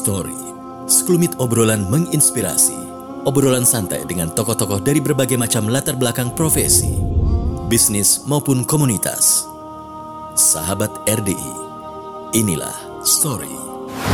Story, sekelumit obrolan menginspirasi. Obrolan santai dengan tokoh-tokoh dari berbagai macam latar belakang profesi, bisnis maupun komunitas. Sahabat RDI, inilah Story.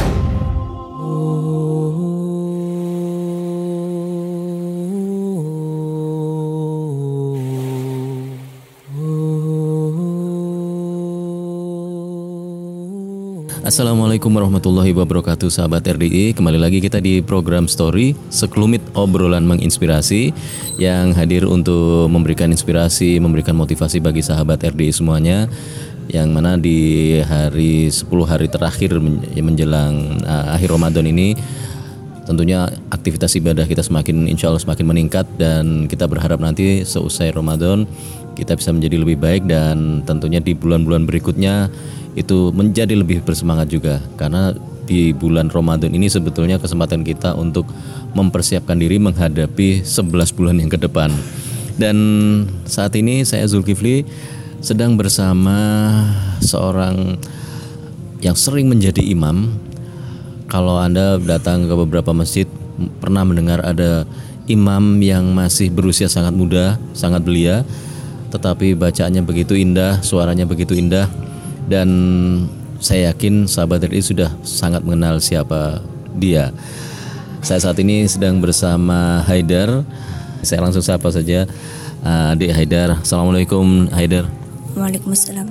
Assalamualaikum warahmatullahi wabarakatuh, sahabat RDI. Kembali lagi kita di program Story, sekelumit obrolan menginspirasi, yang hadir untuk memberikan inspirasi, memberikan motivasi bagi sahabat RDI semuanya, yang mana di 10 hari terakhir menjelang akhir Ramadan ini, tentunya aktivitas ibadah kita insya Allah semakin meningkat, dan kita berharap nanti seusai Ramadan kita bisa menjadi lebih baik, dan tentunya di bulan-bulan berikutnya itu menjadi lebih bersemangat juga, karena di bulan Ramadan ini sebetulnya kesempatan kita untuk mempersiapkan diri menghadapi 11 bulan yang ke depan. Dan saat ini saya Zulkifli sedang bersama seorang yang sering menjadi imam. Kalau Anda datang ke beberapa masjid pernah mendengar ada imam yang masih berusia sangat muda, sangat belia, tetapi bacaannya begitu indah, suaranya begitu indah. Dan saya yakin sahabat RDI sudah sangat mengenal siapa dia. Saya saat ini sedang bersama Haidar. Saya langsung sapa saja Adik Haidar. Assalamualaikum Haidar. Waalaikumsalam.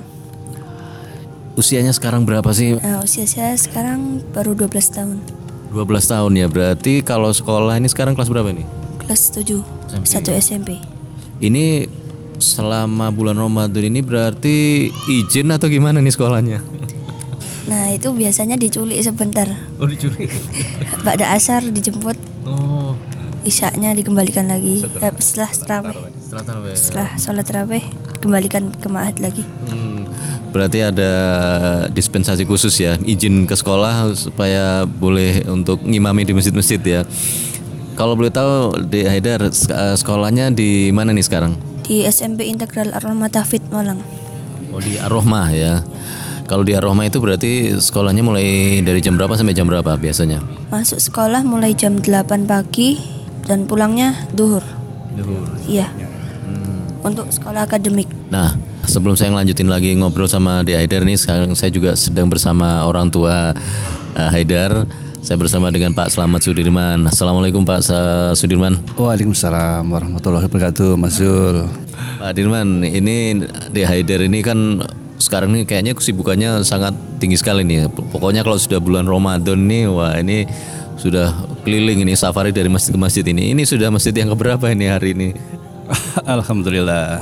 Usianya sekarang berapa sih? Usia saya sekarang baru 12 tahun. 12 tahun ya, berarti kalau sekolah ini sekarang kelas berapa nih? Kelas 7, SMP. 1 SMP. Ini selama bulan Ramadan ini berarti izin atau gimana nih sekolahnya? Nah, itu biasanya diculik sebentar. Oh, diculik. Ba'da asar dijemput. Oh. Isyaknya dikembalikan lagi. Setelah tarawih. Setelah sholat tarawih kembalikan ke ma'had lagi. Berarti ada dispensasi khusus ya, izin ke sekolah supaya boleh untuk ngimami di masjid-masjid ya. Kalau boleh tahu di Haidar, sekolahnya di mana nih sekarang? Di SMP Integral Ar-Rahmah Tahfidz Malang. Oh, di Ar-Rahmah ya. Kalau di Ar-Rahmah itu berarti sekolahnya mulai dari jam berapa sampai jam berapa biasanya? Masuk sekolah mulai jam 8 pagi dan pulangnya duhur. Iya. Untuk sekolah akademik. Nah, sebelum saya ngelanjutin lagi ngobrol sama Di Haidar nih, sekarang saya juga sedang bersama orang tua Haidar. Saya bersama dengan Pak Slamet Sudirman. Assalamualaikum Pak Sudirman. Waalaikumsalam warahmatullahi wabarakatuh, Mas Zul. Pak Dirman, ini Di Haidar ini kan sekarang ini kayaknya kesibukannya sangat tinggi sekali nih. Pokoknya kalau sudah bulan Ramadan nih, wah ini sudah keliling ini, safari dari masjid ke masjid ini. Ini sudah masjid yang keberapa ini hari ini? Alhamdulillah.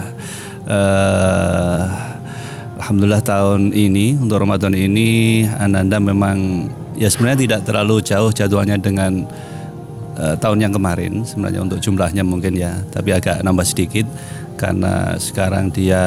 Alhamdulillah tahun ini untuk Ramadan ini Ananda memang ya sebenarnya tidak terlalu jauh jadwalnya dengan tahun yang kemarin sebenarnya untuk jumlahnya mungkin ya, tapi agak nambah sedikit karena sekarang dia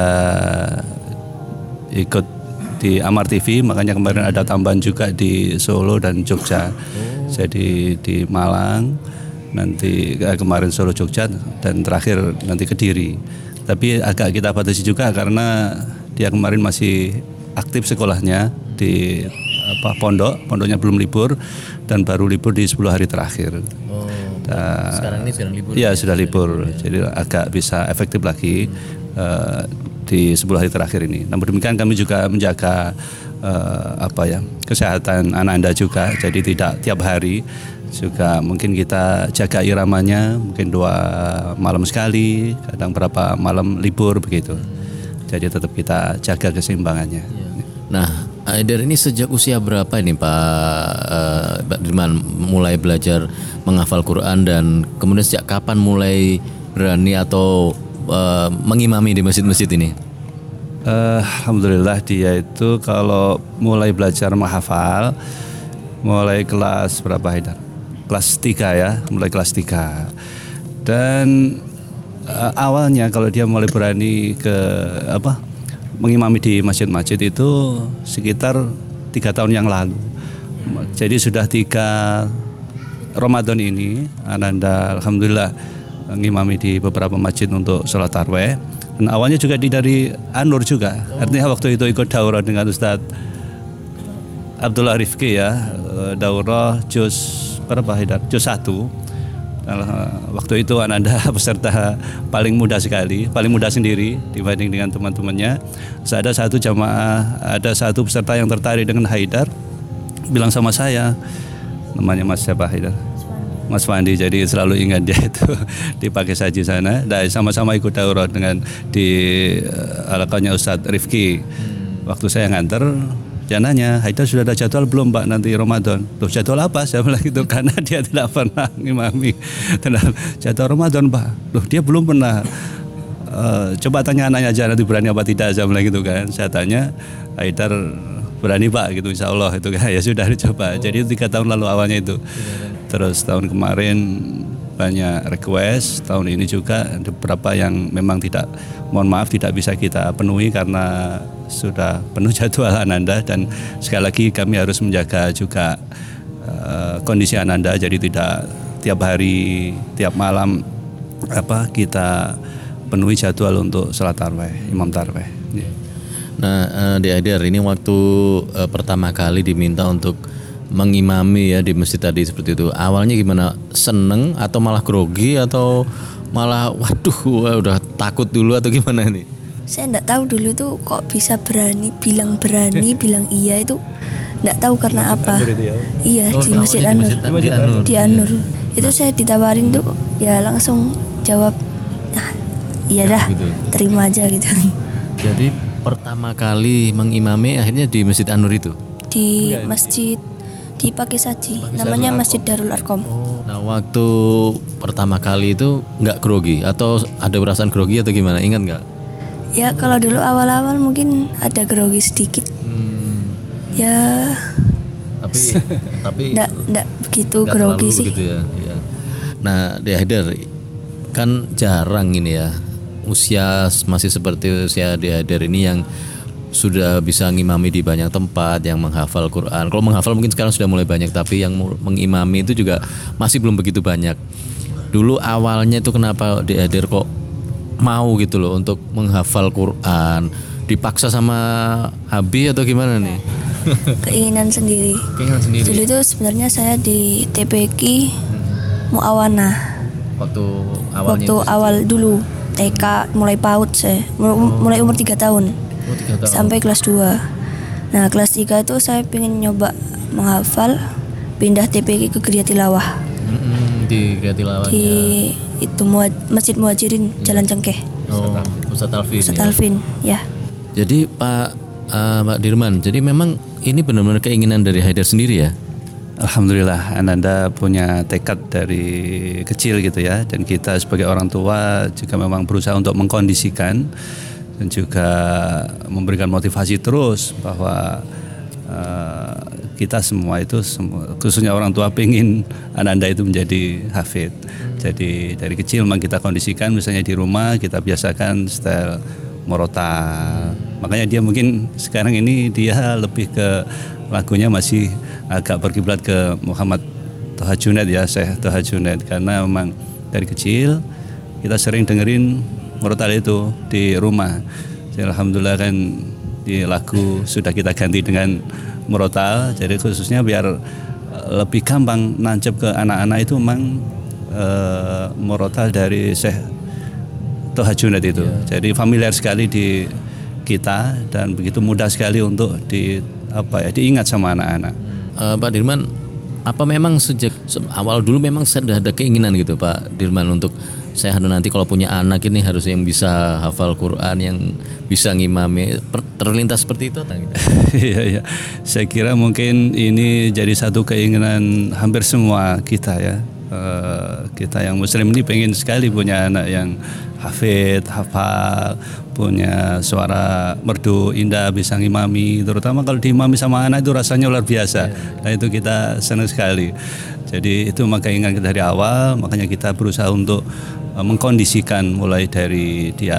ikut di Amar TV, makanya kemarin ada tambahan juga di Solo dan Jogja. Jadi di Malang, nanti kemarin Solo, Jogja, dan terakhir nanti Kediri. Tapi agak kita batasi juga karena dia kemarin masih aktif sekolahnya di pondoknya belum libur dan baru libur di 10 hari terakhir. Sekarang ini libur? Iya, sudah libur. Jadi agak bisa efektif lagi di 10 hari terakhir ini. Namun demikian kami juga menjaga kesehatan anak Anda juga. Jadi tidak tiap hari, juga mungkin kita jaga iramanya, mungkin 2 malam sekali, kadang berapa malam libur begitu. Jadi tetap kita jaga keseimbangannya. Nah, Haidar ini sejak usia berapa ini Pak Dirman mulai belajar menghafal Quran, dan kemudian sejak kapan mulai berani atau mengimami di masjid-masjid ini? Alhamdulillah dia itu kalau mulai belajar menghafal mulai kelas berapa Haidar? Kelas 3 ya, mulai kelas 3. Dan awalnya kalau dia mulai berani mengimami di masjid-masjid itu sekitar 3 tahun yang lalu. Jadi sudah 3 Ramadan ini Ananda alhamdulillah mengimami di beberapa masjid untuk sholat tarawih. Dan awalnya juga dari Anur juga. Artinya waktu itu ikut daurah dengan Ustadz Abdullah Rifki ya, daurah juz berapa Haidar? Juz 1. Waktu itu Ananda peserta paling muda sekali, paling muda sendiri dibanding dengan teman-temannya. Ada satu jamaah, ada satu peserta yang tertarik dengan Haidar, bilang sama saya, namanya Mas siapa Haidar? Mas Fandi, jadi selalu ingat dia itu di Pakai Saji sana. Dan sama-sama ikut daurah dengan di alakannya Ustadz Rifki. Waktu saya nganter, dia nanya, Haidar sudah ada jadwal belum Pak nanti Ramadan? Loh, jadwal apa? Saya bilang gitu, karena dia tidak pernah ngimami tentang jadwal Ramadan Pak. Loh, dia belum pernah. Coba tanya anaknya aja nanti berani apa tidak, saya bilang gitu kan. Saya tanya, Haidar berani Pak gitu, insya Allah itu kan. Ya sudah dicoba. Jadi 3 tahun lalu awalnya itu. Terus tahun kemarin banyak request, tahun ini juga ada beberapa yang memang tidak, mohon maaf tidak bisa kita penuhi karena sudah penuh jadwal Ananda, dan sekali lagi kami harus menjaga juga kondisi Ananda, jadi tidak tiap hari, tiap malam kita penuhi jadwal untuk salat tarawih, imam tarawih. Nah, Dek Haidar, ini waktu pertama kali diminta untuk mengimami ya di masjid tadi seperti itu. Awalnya gimana? Seneng atau malah grogi atau malah waduh udah takut dulu atau gimana nih? Saya enggak tahu dulu tuh kok bisa berani bilang iya itu enggak tahu karena apa. Iya, di Masjid An-Nur. Di An-Nur. Itu saya ditawarin tuh ya langsung jawab, nah, iya dah, gitu. Terima aja gitu. Jadi pertama kali mengimami akhirnya di Masjid An-Nur itu? Di masjid di Pakai Saji, namanya Masjid Darul Arkom. Nah, waktu pertama kali itu nggak grogi atau ada perasaan grogi atau gimana? Ingat nggak? Ya kalau dulu awal-awal mungkin ada grogi sedikit. Ya. Tapi nggak begitu grogi sih. Begitu ya. Nah, Dek Haidar kan jarang ini ya, usia masih seperti usia Dek Haidar ini yang sudah bisa ngimami di banyak tempat, yang menghafal Quran. Kalau menghafal mungkin sekarang sudah mulai banyak, tapi yang mengimami itu juga masih belum begitu banyak. Dulu awalnya itu kenapa Dek Haidar kok mau gitu loh untuk menghafal Quran? Dipaksa sama Abi atau gimana nih? Keinginan sendiri. Dulu itu sebenarnya saya di TPQ Muawana. Waktu awal dulu TK, mulai PAUD saya, mulai umur 3 tahun. Sampai kelas 2. Nah, kelas 3 itu saya pengen nyoba menghafal, pindah TPQ ke Geria Tilawah. Di Geria Tilawah. Di itu Masjid Muhajirin, Jalan Cengkeh. Ustadz Alvin, ya. Jadi Pak Dirman, jadi memang ini benar-benar keinginan dari Haidar sendiri ya? Alhamdulillah, Ananda punya tekad dari kecil gitu ya, dan kita sebagai orang tua juga memang berusaha untuk mengkondisikan dan juga memberikan motivasi terus bahwa kita semua itu, khususnya orang tua, pengen Ananda itu menjadi hafid. Jadi dari kecil memang kita kondisikan, misalnya di rumah kita biasakan style murotal. Makanya dia mungkin sekarang ini dia lebih ke lagunya masih agak berkiblat ke Muhammad Toha Junaid ya, Syekh Toha Junaid, karena memang dari kecil kita sering dengerin murotal itu di rumah. Jadi alhamdulillah kan di lagu sudah kita ganti dengan murotal, jadi khususnya biar lebih gampang nancep ke anak-anak itu memang murotal dari Syekh Toha Junaid itu. Jadi familiar sekali di kita dan begitu mudah sekali untuk diingat sama anak-anak. Pak Dirman, apa memang sejak awal dulu memang sudah ada keinginan gitu Pak Dirman untuk saya nanti kalau punya anak ini harus yang bisa hafal Quran, yang bisa ngimami, terlintas seperti itu atau gitu? Iya. Saya kira mungkin ini jadi satu keinginan hampir semua kita ya. Kita yang muslim ini pengen sekali punya anak yang hafal, punya suara merdu indah, bisa ngimami, terutama kalau diimami sama anak itu rasanya luar biasa. Nah itu kita senang sekali. Jadi itu maka ingat dari awal, makanya kita berusaha untuk mengkondisikan mulai dari dia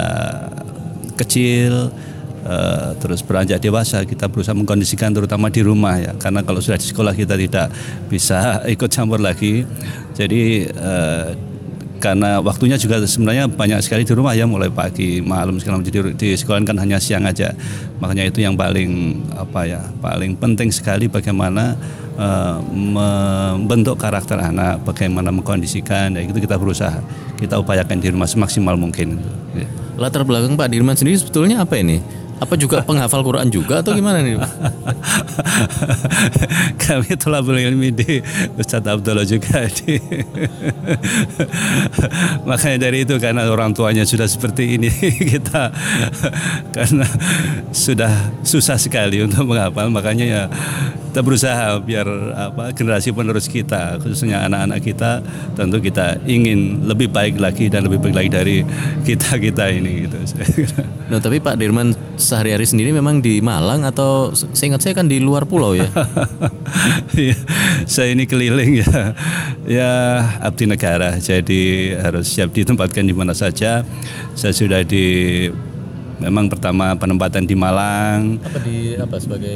kecil terus beranjak dewasa, kita berusaha mengkondisikan terutama di rumah ya, karena kalau sudah di sekolah kita tidak bisa ikut campur lagi. Jadi karena waktunya juga sebenarnya banyak sekali di rumah ya, mulai pagi, malam segala macam. Jadi di sekolah kan hanya siang aja. Makanya itu yang paling paling penting sekali bagaimana membentuk karakter anak, bagaimana mengkondisikan, ya itu kita berusaha, kita upayakan di rumah semaksimal mungkin. Ya. Latar belakang Pak Dirman sendiri sebetulnya apa ini? Apa juga penghafal Quran juga atau gimana nih? Kami thalabul ilmi di Ustadz Abdullah juga makanya dari itu, karena orang tuanya sudah seperti ini kita karena sudah susah sekali untuk menghafal, makanya ya kita berusaha biar generasi penerus kita, khususnya anak-anak kita, tentu kita ingin lebih baik lagi dan lebih baik lagi dari kita ini gitu. Nah, tapi Pak Dirman sehari-hari sendiri memang di Malang atau seingat saya kan di luar pulau ya? Ya, saya ini keliling ya abdi negara, jadi harus siap ditempatkan di mana saja. Saya sudah memang pertama penempatan di Malang. Sebagai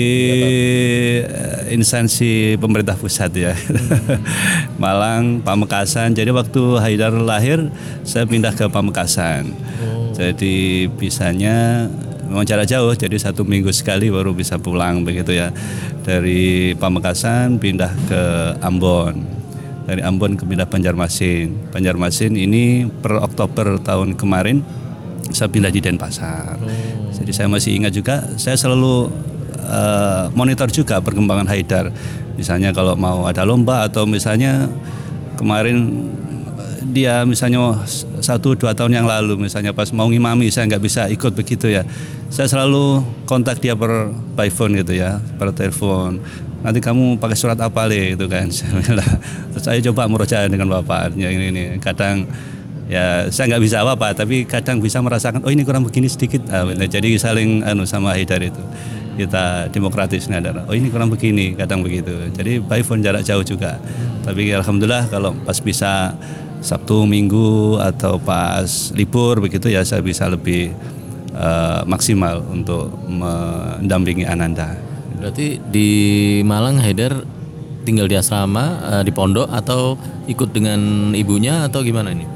instansi pemerintah pusat ya. Malang, Pamekasan. Jadi waktu Haidar lahir saya pindah ke Pamekasan. Jadi bisanya memang jarak jauh, jadi 1 minggu sekali baru bisa pulang begitu ya. Dari Pamekasan pindah ke Ambon. Dari Ambon ke pindah Banjarmasin. Banjarmasin ini per Oktober tahun kemarin saya pindah di Denpasar. Jadi saya masih ingat juga, saya selalu monitor juga perkembangan Haidar. Misalnya kalau mau ada lomba atau misalnya kemarin dia misalnya 1-2 tahun yang lalu misalnya pas mau ngimami saya nggak bisa ikut begitu ya. Saya selalu kontak dia by phone gitu ya, per telepon. Nanti kamu pakai surat apa gitu kan. Terus saya coba murojaah dengan Bapak. Ini kadang ya saya nggak bisa apa-apa, tapi kadang bisa merasakan oh ini kurang begini sedikit. Jadi saling sama Haidar itu kita demokratis oh ini kurang begini, kadang begitu. Jadi by phone jarak jauh juga. Tapi alhamdulillah kalau pas bisa Sabtu, Minggu atau pas libur begitu ya saya bisa lebih maksimal untuk mendampingi Ananda. Berarti di Malang Haidar tinggal di asrama, di pondok atau ikut dengan ibunya atau gimana ini?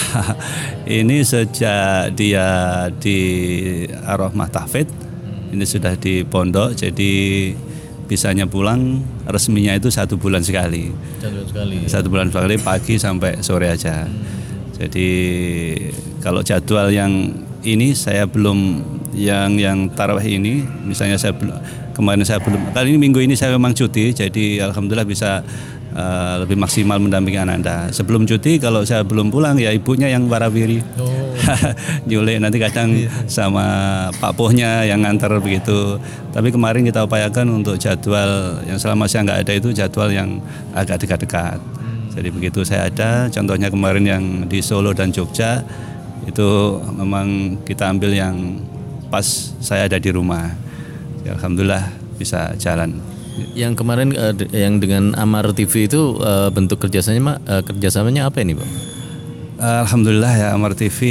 Ini sejak dia di Ar-Rahmah Tahfidz, ini sudah di pondok, jadi bisanya pulang resminya itu 1 bulan sekali. 1 bulan sekali pagi sampai sore aja. Jadi kalau jadwal yang ini saya belum yang tarawih ini, misalnya kemarin saya belum, kali ini minggu ini saya memang cuti, jadi alhamdulillah bisa lebih maksimal mendampingi Ananda. Sebelum cuti kalau saya belum pulang ya ibunya yang warawiri. Nyulik nanti kadang sama Pak Pohnya yang nganter begitu. Tapi kemarin kita upayakan untuk jadwal yang selama saya nggak ada itu jadwal yang agak dekat-dekat. Jadi begitu saya ada, contohnya kemarin yang di Solo dan Jogja itu memang kita ambil yang pas saya ada di rumah. Ya, alhamdulillah bisa jalan. Yang kemarin yang dengan Amar TV itu bentuk kerjasamanya apa ini, Pak? Alhamdulillah ya, Amar TV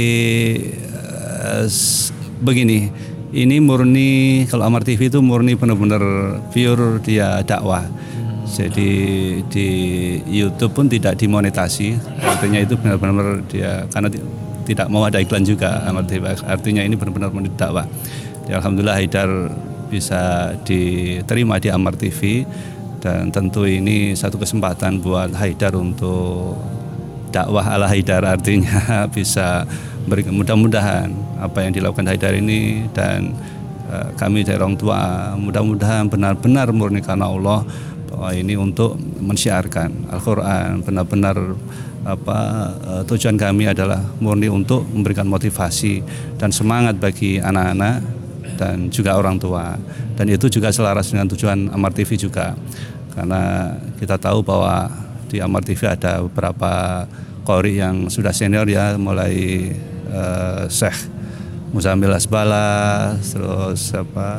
begini. Ini murni, kalau Amar TV itu murni benar-benar pure dia dakwah. Jadi di YouTube pun tidak dimonetasi. Artinya itu benar-benar dia karena tidak mau ada iklan juga Amar TV. Artinya ini benar-benar murni dakwah. Ya, alhamdulillah Haidar bisa diterima di Amar TV dan tentu ini satu kesempatan buat Haidar untuk dakwah ala Haidar, artinya bisa mudah-mudahan apa yang dilakukan Haidar ini dan kami dari orang tua mudah-mudahan benar-benar murni karena Allah, bahwa ini untuk mensyiarkan Al-Quran, benar-benar tujuan kami adalah murni untuk memberikan motivasi dan semangat bagi anak-anak dan juga orang tua, dan itu juga selaras dengan tujuan Amar TV juga, karena kita tahu bahwa di Amar TV ada beberapa qori yang sudah senior ya, mulai Syekh Muzamil Asbala, terus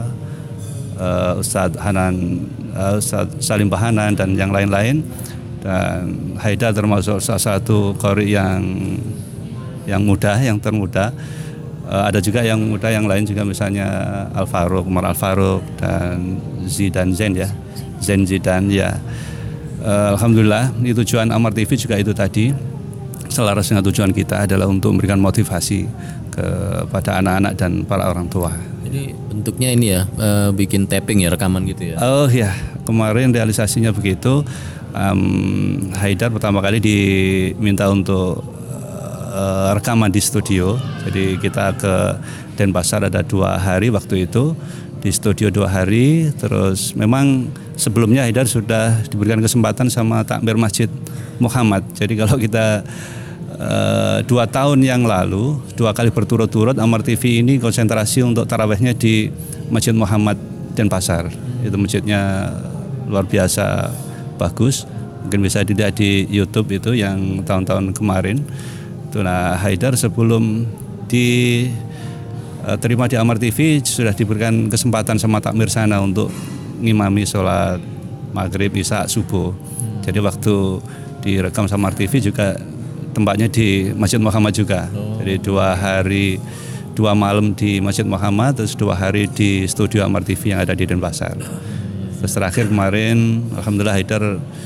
Ustadz Ustadz Salim Bahanan dan yang lain-lain, dan Haidar termasuk salah satu qori yang muda, yang termuda. Ada juga yang muda yang lain juga, misalnya Al-Faruq, Umar Al-Faruq dan Zidan Zain ya, Zain Zidan ya. Alhamdulillah, ini tujuan Amar TV juga itu tadi. selaras dengan tujuan kita adalah untuk memberikan motivasi kepada anak-anak dan para orang tua. Jadi bentuknya ini ya, bikin tapping ya, rekaman gitu ya? Oh ya, kemarin realisasinya begitu. Haidar pertama kali diminta untuk rekaman di studio. Jadi kita ke Denpasar ada 2 hari waktu itu, di studio 2 hari. Terus memang sebelumnya Haidar sudah diberikan kesempatan sama takmir Masjid Muhammad. Jadi kalau kita 2 tahun yang lalu 2 kali berturut-turut Amar TV ini konsentrasi untuk tarawehnya di Masjid Muhammad Denpasar. Itu masjidnya luar biasa bagus, mungkin bisa dilihat di YouTube itu yang tahun-tahun kemarin. Nah, Haidar sebelum diterima di Amar TV sudah diberikan kesempatan sama takmir sana untuk ngimami sholat maghrib, isya, subuh. Jadi waktu direkam sama Amar TV juga tempatnya di Masjid Muhammad juga. Jadi 2 hari 2 malam di Masjid Muhammad, terus 2 hari di studio Amar TV yang ada di Denpasar. Terus terakhir kemarin alhamdulillah Haidar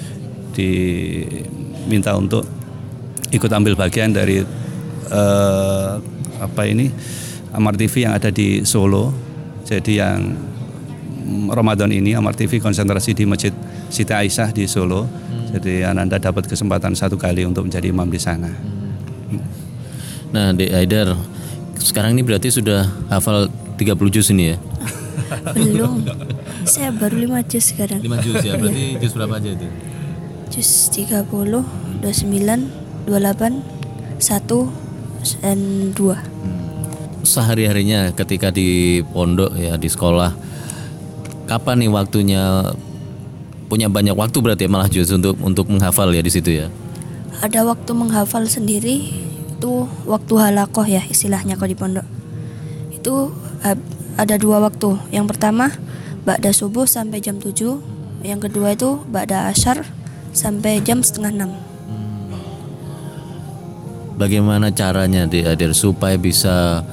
diminta untuk ikut ambil bagian dari Amar TV yang ada di Solo. Jadi yang Ramadan ini Amar TV konsentrasi di Masjid Siti Aisyah di Solo. Jadi Anda dapat kesempatan 1 kali untuk menjadi imam di sana. Nah, Dek Haidar, sekarang ini berarti sudah hafal 30 juz ini ya? Belum. Saya baru 5 juz sekarang. 5 juz ya, berarti juz berapa aja itu? Juz 30, 29, 28, 1, dan 2. Sehari-harinya ketika di pondok ya, di sekolah, kapan nih waktunya, punya banyak waktu berarti malah juz untuk menghafal ya di situ ya? Ada waktu menghafal sendiri, itu waktu halakoh ya istilahnya kalau di pondok. Itu ada 2 waktu. Yang pertama ba'da subuh sampai jam 7. Yang kedua itu ba'da asyar sampai jam 5:30. Bagaimana caranya Dek Haidar supaya bisa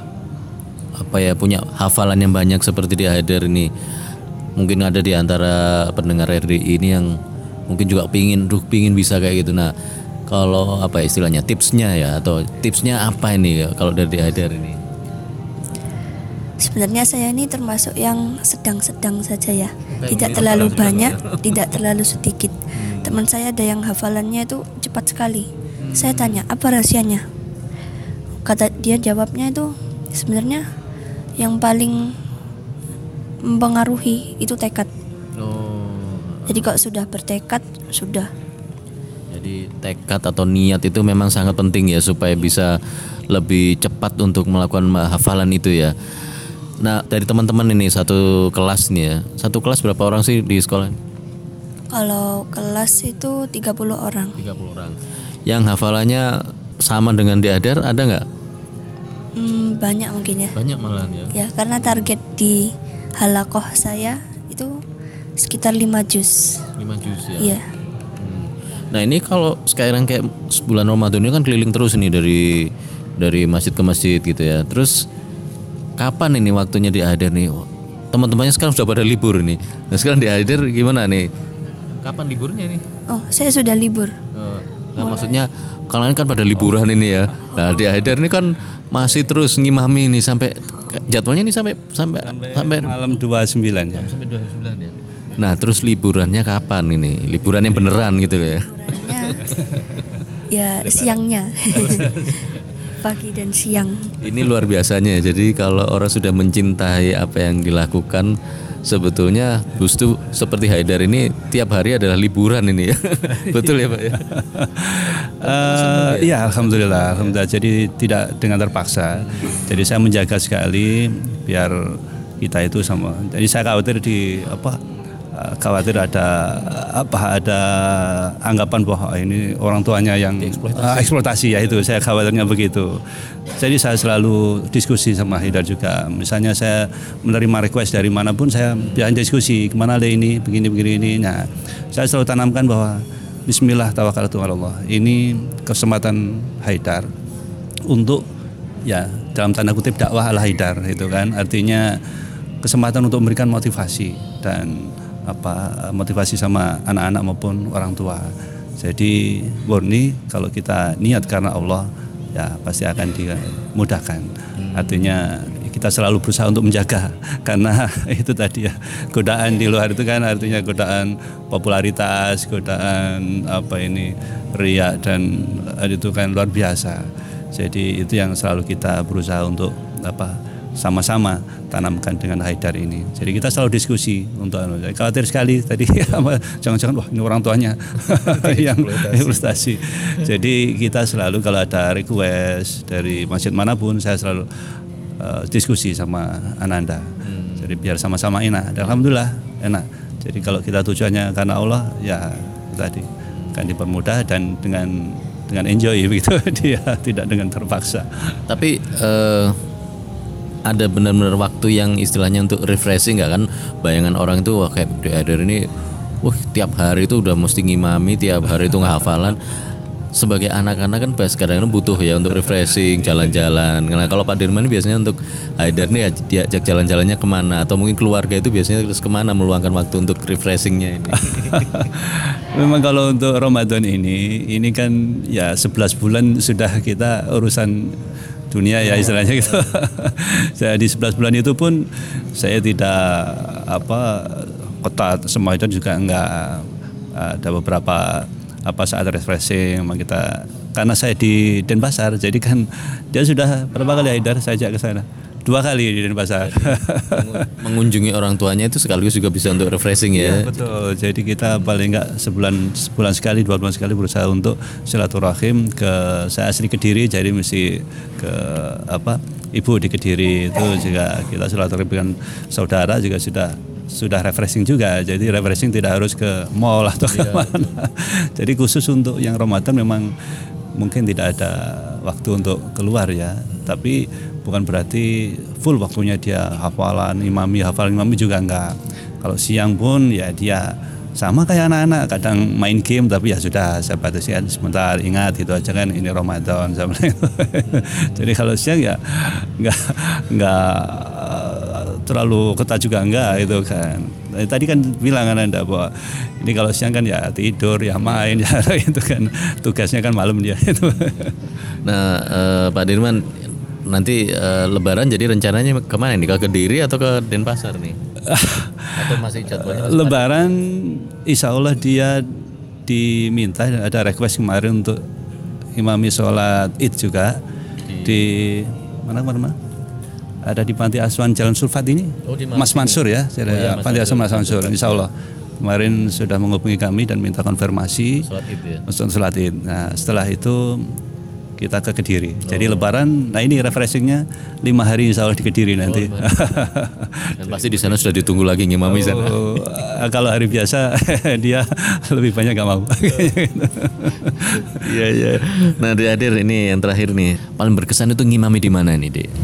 punya hafalan yang banyak seperti Dek Haidar ini? Mungkin ada di antara pendengar RDI ini yang mungkin juga pingin bisa kayak gitu. Nah, kalau istilahnya tipsnya ya, atau tipsnya apa ini ya kalau dari Dek Haidar ini? Sebenarnya saya ini termasuk yang sedang-sedang saja ya, tidak terlalu banyak, tidak terlalu sedikit. Teman saya ada yang hafalannya itu cepat sekali. Saya tanya, apa rahasianya? Kata dia, jawabnya itu sebenarnya yang paling mempengaruhi itu tekad. Jadi kalau sudah bertekad, sudah. Jadi tekad atau niat itu memang sangat penting ya, supaya bisa lebih cepat untuk melakukan hafalan itu ya. Nah, dari teman-teman ini satu kelas nih ya. Satu kelas berapa orang sih di sekolah? Kalau kelas itu 30 orang. 30 orang. Yang hafalannya sama dengan Dek Haidar ada nggak? Banyak mungkin ya. Banyak malahan ya. Ya, karena target di halakoh saya itu sekitar 5 juz. 5 juz ya. Iya. Nah, ini kalau sekarang kayak bulan Ramadan ini kan keliling terus nih dari masjid ke masjid gitu ya. Terus kapan ini waktunya Dek Haidar nih? Teman-temannya sekarang sudah pada libur nih. Nah, sekarang Dek Haidar gimana nih? Kapan liburnya nih? Oh, saya sudah libur. Nah, maksudnya kalian kan pada liburan ini ya. Nah, Dek Haidar ini kan masih terus ngimami nih sampai jadwalnya nih sampai malam 29 ya. Sampai 29 ya. Nah, terus liburannya kapan ini? Liburan yang beneran gitu ya. Ya, siangnya. Pagi dan siang. Ini luar biasanya. Jadi kalau orang sudah mencintai apa yang dilakukan, sebetulnya Gustu seperti Haidar ini tiap hari adalah liburan ini ya. Betul ya Pak ya? Iya, alhamdulillah. Jadi tidak dengan terpaksa. Jadi saya menjaga sekali biar kita itu sama. Jadi saya khawatir ada anggapan bahwa ini orang tuanya yang eksploitasi ya, itu saya khawatirnya begitu. Jadi saya selalu diskusi sama Haidar juga. Misalnya saya menerima request dari manapun, saya biasa diskusi kemana ada ini begini ini. Nah, saya selalu tanamkan bahwa Bismillah tawakkaltu ala Allah. Ini kesempatan Haidar untuk ya dalam tanda kutip dakwah ala Haidar itu kan, artinya kesempatan untuk memberikan motivasi dan motivasi sama anak-anak maupun orang tua. Jadi murni kalau kita niat karena Allah ya pasti akan dimudahkan. Artinya kita selalu berusaha untuk menjaga karena itu tadi ya, godaan di luar itu kan artinya godaan popularitas, godaan riya, dan itu kan luar biasa. Jadi itu yang selalu kita berusaha untuk sama-sama tanamkan dengan Haidar ini. Jadi kita selalu diskusi untuk khawatir sekali tadi jangan-jangan wah ini orang tuanya yang frustasi. Jadi kita selalu kalau ada request dari masjid manapun saya selalu diskusi sama Ananda. Jadi biar sama-sama enak. Dan alhamdulillah enak. Jadi kalau kita tujuannya karena Allah ya tadi kan dipermudah dan dengan enjoy begitu dia tidak dengan terpaksa. Tapi ada benar-benar waktu yang istilahnya untuk refreshing nggak kan? Bayangan orang itu wah kayak di Haidar ini, tiap hari itu udah mesti ngimami, tiap hari itu ngehafalan. Sebagai anak-anak kan kadang-kadang butuh ya untuk refreshing, jalan-jalan. Karena kalau Pak Dirman biasanya untuk Haidar nih diajak jalan-jalannya kemana? Atau mungkin keluarga itu biasanya terus kemana meluangkan waktu untuk refreshingnya ini? Memang kalau untuk Ramadan ini kan ya 11 bulan sudah kita urusan dunia ya istilahnya gitu. Saya di 11 bulan itu pun saya tidak ketat, semua itu juga enggak, ada beberapa saat refreshing memang kita, karena saya di Denpasar jadi kan dia sudah berapa kali Haidar saya ajak ke sana 2 kali di Denpasar. Mengunjungi orang tuanya itu sekaligus juga bisa untuk refreshing ya. Betul. Jadi kita paling enggak sebulan sekali, 2 bulan sekali berusaha untuk silaturahim saya asli Kediri jadi mesti ke ibu di Kediri itu juga kita silaturahim dengan saudara juga sudah refreshing juga. Jadi refreshing tidak harus ke mall atau kemana. Jadi khusus untuk yang Ramadan memang mungkin tidak ada waktu untuk keluar ya. Tapi bukan berarti full waktunya dia hafalan imami juga enggak. Kalau siang pun ya dia sama kayak anak-anak, kadang main game tapi ya sudah saya batasi sebentar, ingat itu aja kan ini Ramadan sama jadi kalau siang ya enggak terlalu ketat juga enggak itu kan. Tadi kan bilang kan Anda bahwa ini kalau siang kan ya tidur ya main ya itu kan tugasnya kan malam dia itu. Nah Pak Dirman nanti Lebaran jadi rencananya kemana nih? Ke Kediri atau ke Denpasar nih? Atau masih jadwalnya? Lebaran insya Allah dia diminta, ada request kemarin untuk imami sholat Id juga di mana? Ada di Panti Asuhan Jalan Sulfat ini, Mas Mansur ya, Panti Asuhan Mas Mansur, insya Allah. Kemarin sudah menghubungi kami dan minta konfirmasi sholat Id. Nah setelah itu kita ke Kediri. Jadi Lebaran, nah ini refreshingnya 5 hari insya Allah di Kediri nanti. Dan pasti di sana sudah ditunggu lagi ngimami sana. Kalau hari biasa dia lebih banyak gak mau. Iya. Nah Haidar ini yang terakhir nih, paling berkesan itu ngimami di mana nih Dek?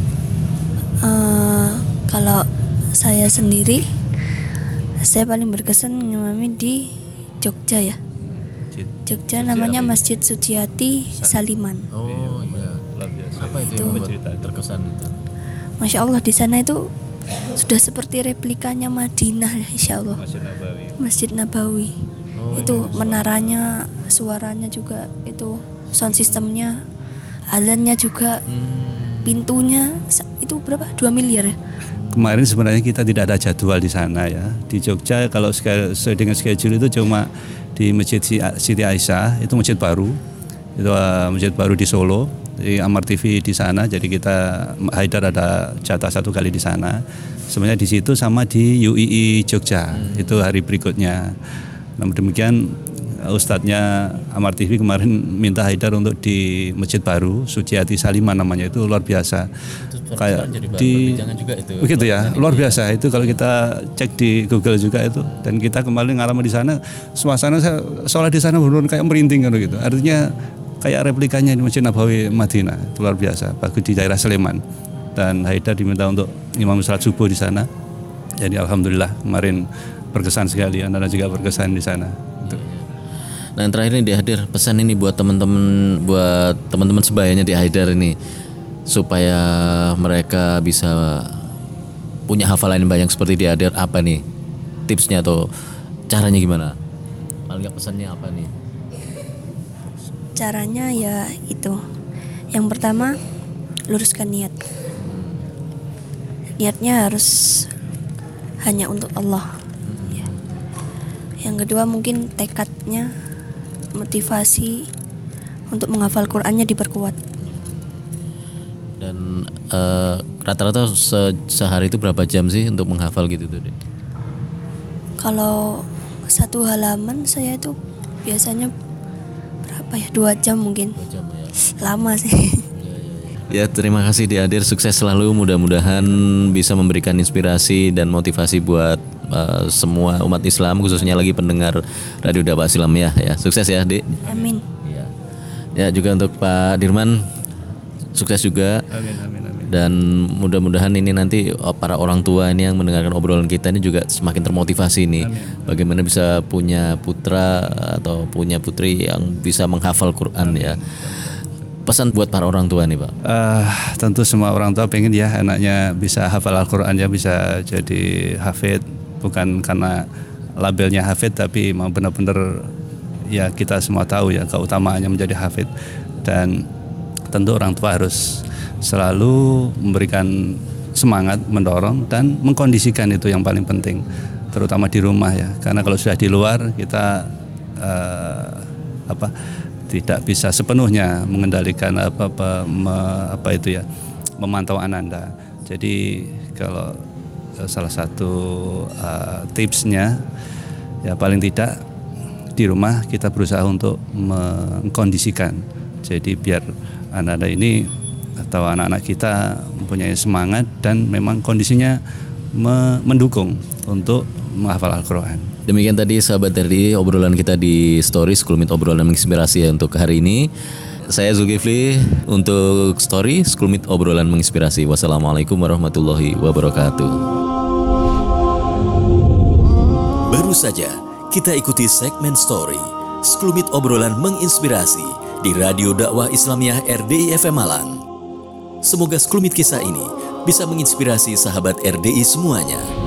Kalau saya sendiri, saya paling berkesan ngimami di Jogja ya. Jogja namanya Masjid Suciati Saliman. Oh iya, apa itu yang terkesan itu? Masya Allah di sana itu sudah seperti replikanya Madinah, insya Allah. Masjid Nabawi. Itu menaranya, suaranya juga itu, sound systemnya, azannya juga, pintunya itu berapa? 2 miliar ya? Kemarin sebenarnya kita tidak ada jadwal di sana ya. Di Jogja kalau sesuai dengan schedule itu cuma di Masjid Siti Aisyah, itu masjid baru. Itu masjid baru di Solo, di Amar TV di sana. Jadi kita Haidar ada jatah 1 kali di sana. Sebenarnya di situ sama di UII Jogja. Itu hari berikutnya. Namun demikian Ustadznya Amar TV kemarin minta Haidar untuk di masjid baru Suciati Saliman namanya, itu luar biasa. Kayak di juga itu. Begitu ya, luar biasa itu kalau kita cek di Google juga itu. Dan kita kemarin ngalamin di sana, suasana saya sholat di sana benar kayak merinding kan gitu. Artinya kayak replikanya di Masjid Nabawi Madinah, itu luar biasa. Bagus di daerah Sleman. Dan Haidar diminta untuk imam salat subuh di sana. Jadi alhamdulillah kemarin berkesan sekali, Anda juga berkesan di sana. Nah yang terakhir ini di Haidar, pesan ini buat teman-teman sebayanya di Haidar ini supaya mereka bisa punya hafalan yang banyak seperti di Haidar, apa nih tipsnya atau caranya gimana? Paling nggak pesannya apa nih? Caranya ya itu. Yang pertama, luruskan niat. Niatnya harus hanya untuk Allah. Ya. Yang kedua mungkin tekadnya, motivasi untuk menghafal Qur'annya diperkuat. Dan rata-rata sehari itu berapa jam sih untuk menghafal gitu tuh, Dek? Kalau 1 halaman saya itu biasanya berapa ya, 2 jam mungkin. 2 jam ya. Lama sih. Ya, terima kasih Dek Adir, sukses selalu, mudah-mudahan bisa memberikan inspirasi dan motivasi buat semua umat Islam, khususnya lagi pendengar Radio Dakwah Islam ya. Sukses ya, Dek. Amin. Ya, juga untuk Pak Dirman, sukses juga. Amin. Dan mudah-mudahan ini nanti para orang tua ini yang mendengarkan obrolan kita ini juga semakin termotivasi nih. Bagaimana bisa punya putra atau punya putri yang bisa menghafal Quran ya. Pesan buat para orang tua nih, Pak. Tentu semua orang tua pengen ya anaknya bisa hafal Al-Quran, ya bisa jadi hafid, bukan karena labelnya hafid, tapi memang benar-benar ya kita semua tahu ya keutamaannya menjadi hafid. Dan tentu orang tua harus selalu memberikan semangat, mendorong dan mengkondisikan, itu yang paling penting, terutama di rumah ya. Karena kalau sudah di luar kita tidak bisa sepenuhnya mengendalikan memantau Anda. Jadi kalau salah satu tipsnya ya paling tidak di rumah kita berusaha untuk mengkondisikan. Jadi biar anak-anak ini atau anak-anak kita mempunyai semangat dan memang kondisinya mendukung untuk menghafal Al-Quran. Demikian tadi sahabat RDI obrolan kita di Story Sekelumit Obrolan Menginspirasi ya untuk hari ini. Saya Zulkifli untuk Story Sekelumit Obrolan Menginspirasi. Wassalamualaikum warahmatullahi wabarakatuh. Baru saja kita ikuti segmen Story Sekelumit Obrolan Menginspirasi di Radio Dakwah Islamiyah RDI FM Malang. Semoga sekelumit kisah ini bisa menginspirasi sahabat RDI semuanya.